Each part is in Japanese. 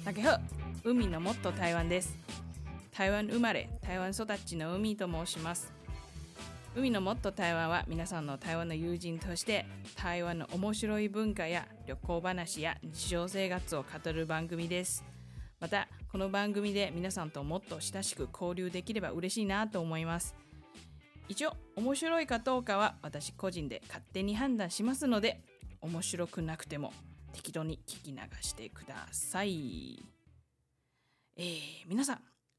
大家好、海のもっと台湾です。台湾生まれ、台湾育ちの海と申します。海のもっと台湾は皆さんの台湾の友人として台湾の面白い文化や旅行話や日常生活を語る番組です。またこの番組で皆さんともっと親しく交流できれば嬉しいなと思います。一応面白いかどうかは私個人で勝手に判断しますので、面白くなくても適当に聞き流してください。皆さん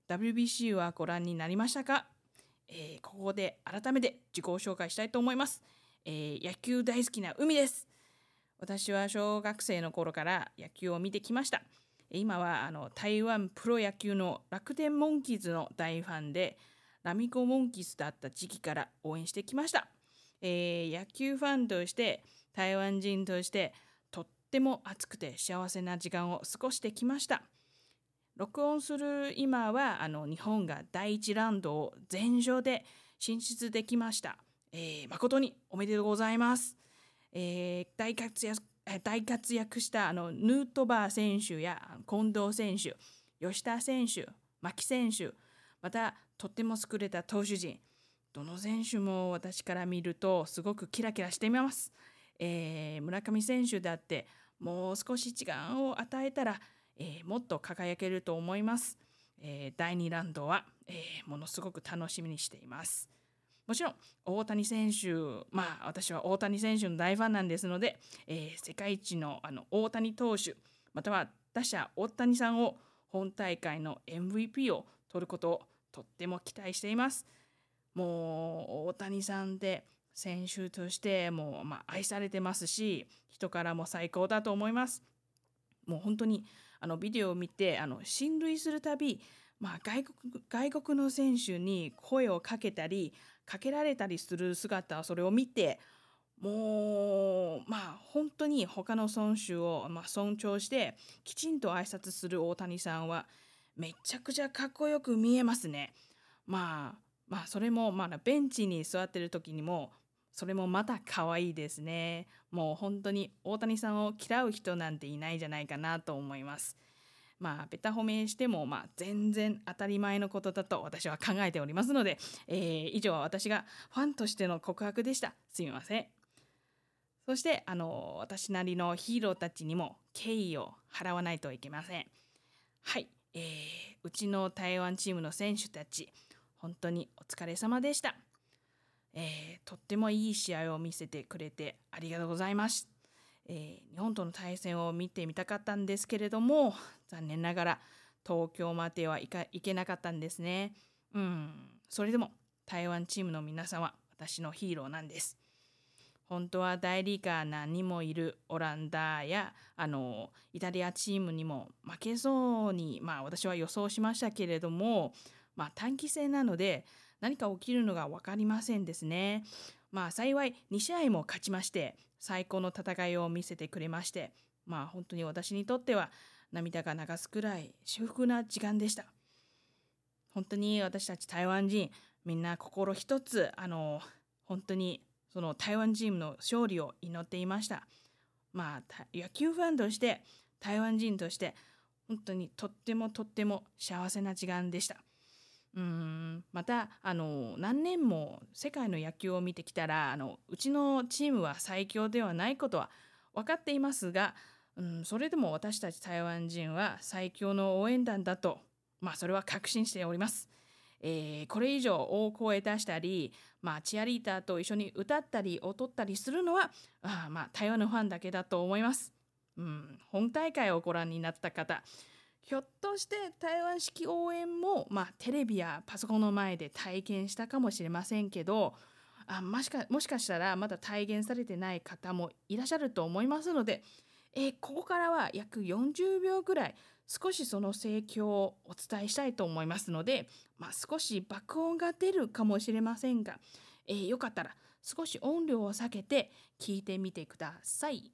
WBC はご覧になりましたか？ここで改めて自己紹介したいと思います。野球大好きな海です。私は小学生の頃から野球を見てきました。今は台湾プロ野球の楽天モンキーズの大ファンで、ラミコモンキーズだった時期から応援してきました。野球ファンとして台湾人としてとっても熱くて幸せな時間を過ごしてきました。録音する今は日本が第一ラウンドを全勝で進出できました。誠におめでとうございます。大活躍したヌートバー選手や近藤選手、吉田選手、牧選手、またとっても優れた投手陣、どの選手も私から見るとすごくキラキラしています。村上選手だってもう少し時間を与えたら、もっと輝けると思います。第2ラウンドは、ものすごく楽しみにしています。もちろん大谷選手、私は大谷選手の大ファンなんですので、世界一の大谷投手または打者大谷さんを本大会の MVP を取ることをとっても期待しています。もう大谷さんって選手としても愛されてますし、人からも最高だと思います。もう本当にビデオを見て進塁するたび、外国の選手に声をかけたりかけられたりする姿、それを見てもう本当に他の選手を尊重してきちんと挨拶する大谷さんはめちゃくちゃかっこよく見えますね。それもベンチに座ってる時にもそれもまた可愛いですね。もう本当に大谷さんを嫌う人なんていないんじゃないかなと思います。ベタ褒めしても全然当たり前のことだと私は考えておりますので、以上は私がファンとしての告白でした。すみません。そして私なりのヒーローたちにも敬意を払わないといけません。はい、うちの台湾チームの選手たち本当にお疲れ様でした。とってもいい試合を見せてくれてありがとうございます。日本との対戦を見てみたかったんですけれども、残念ながら東京までは行けなかったんですね。それでも台湾チームの皆さんは私のヒーローなんです。本当は大リーガー何人もいるオランダやイタリアチームにも負けそうに、私は予想しましたけれども、短期戦なので何か起きるのが分かりませんですね。幸い2試合も勝ちまして最高の戦いを見せてくれまして、本当に私にとっては涙が流すくらい幸福な時間でした。本当に私たち台湾人みんな心一つ本当にその台湾チームの勝利を祈っていました。野球ファンとして台湾人として本当にとっても幸せな時間でした。また何年も世界の野球を見てきたらうちのチームは最強ではないことは分かっていますが、それでも私たち台湾人は最強の応援団だと、それは確信しております。これ以上大声出したり、チアリーダーと一緒に歌ったり踊ったりするのは台湾のファンだけだと思います。本大会をご覧になった方、ひょっとして台湾式応援も、テレビやパソコンの前で体験したかもしれませんけど、もしかしたらまだ体現されてない方もいらっしゃると思いますので、ここからは約40秒ぐらい少しその盛況をお伝えしたいと思いますので、少し爆音が出るかもしれませんが、よかったら少し音量を下げて聞いてみてください。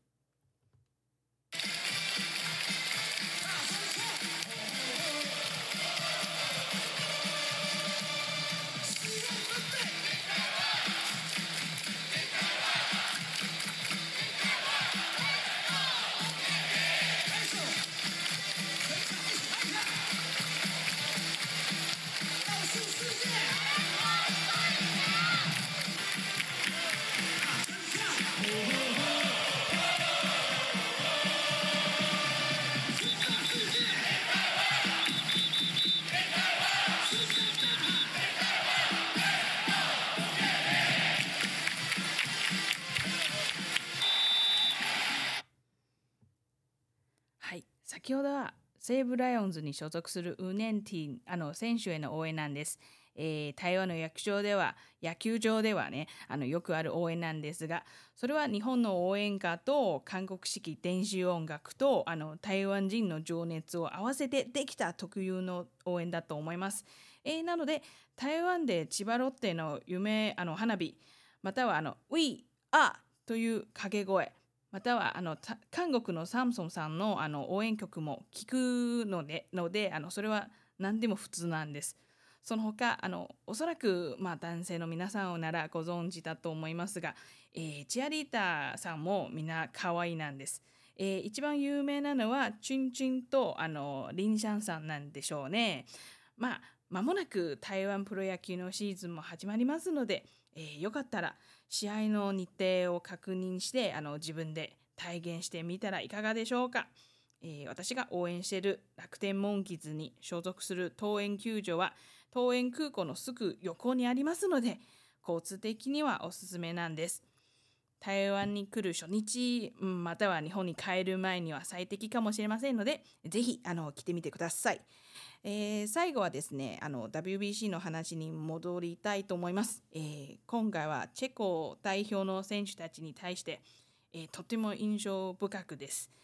はい、先ほどは西武ライオンズに所属するウネンティン選手への応援なんです。台湾の野球場ではねよくある応援なんですが、それは日本の応援歌と韓国式電子音楽と台湾人の情熱を合わせてできた特有の応援だと思います。なので台湾で千葉ロッテの花火、またはWe Are という掛け声、または韓国のサムソンさんの応援曲も聞くのでそれは何でも普通なんです。その他おそらく、男性の皆さんならご存知だと思いますが、チアリーターさんもみんな可愛いなんです。一番有名なのはチュンチュンとリンシャンさんなんでしょうね。間もなく台湾プロ野球のシーズンも始まりますので、よかったら試合の日程を確認して自分で体現してみたらいかがでしょうか。私が応援している楽天モンキーズに所属する桃園球場は桃園空港のすぐ横にありますので、交通的にはおすすめなんです。台湾に来る初日、または日本に帰る前には最適かもしれませんので、ぜひ来てみてください。最後はですねWBC の話に戻りたいと思います。今回はチェコ代表の選手たちに対して、とても印象深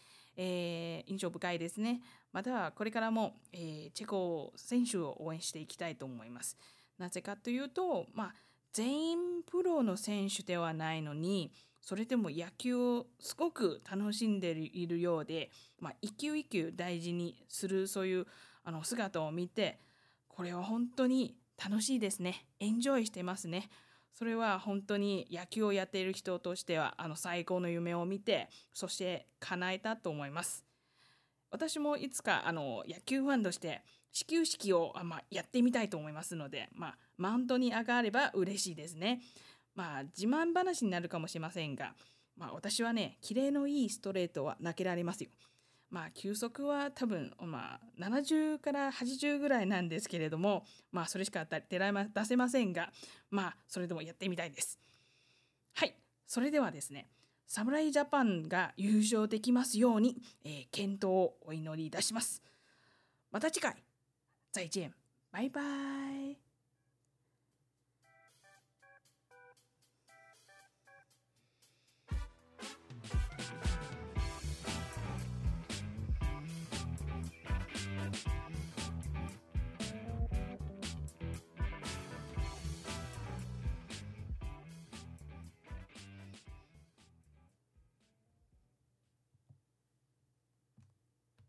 いですね。またはこれからも、チェコ選手を応援していきたいと思います。なぜかというと、全員プロの選手ではないのに、それでも野球をすごく楽しんでいるようで、一球一球大事にするそういう姿を見て、これは本当に楽しいですね。エンジョイしてますね。それは本当に野球をやっている人としては最高の夢を見て、そして叶えたと思います。私もいつか野球ファンとして始球式をやってみたいと思いますので、マウンドに上がれば嬉しいですね。自慢話になるかもしれませんが、私はね、キレのいいストレートは投げられますよ。球速は多分、70から80ぐらいなんですけれども、それしか出せませんが、それでもやってみたいです。はい、それではですね、侍ジャパンが優勝できますように、健闘をお祈りいたします。また次回、再见。バイバイ。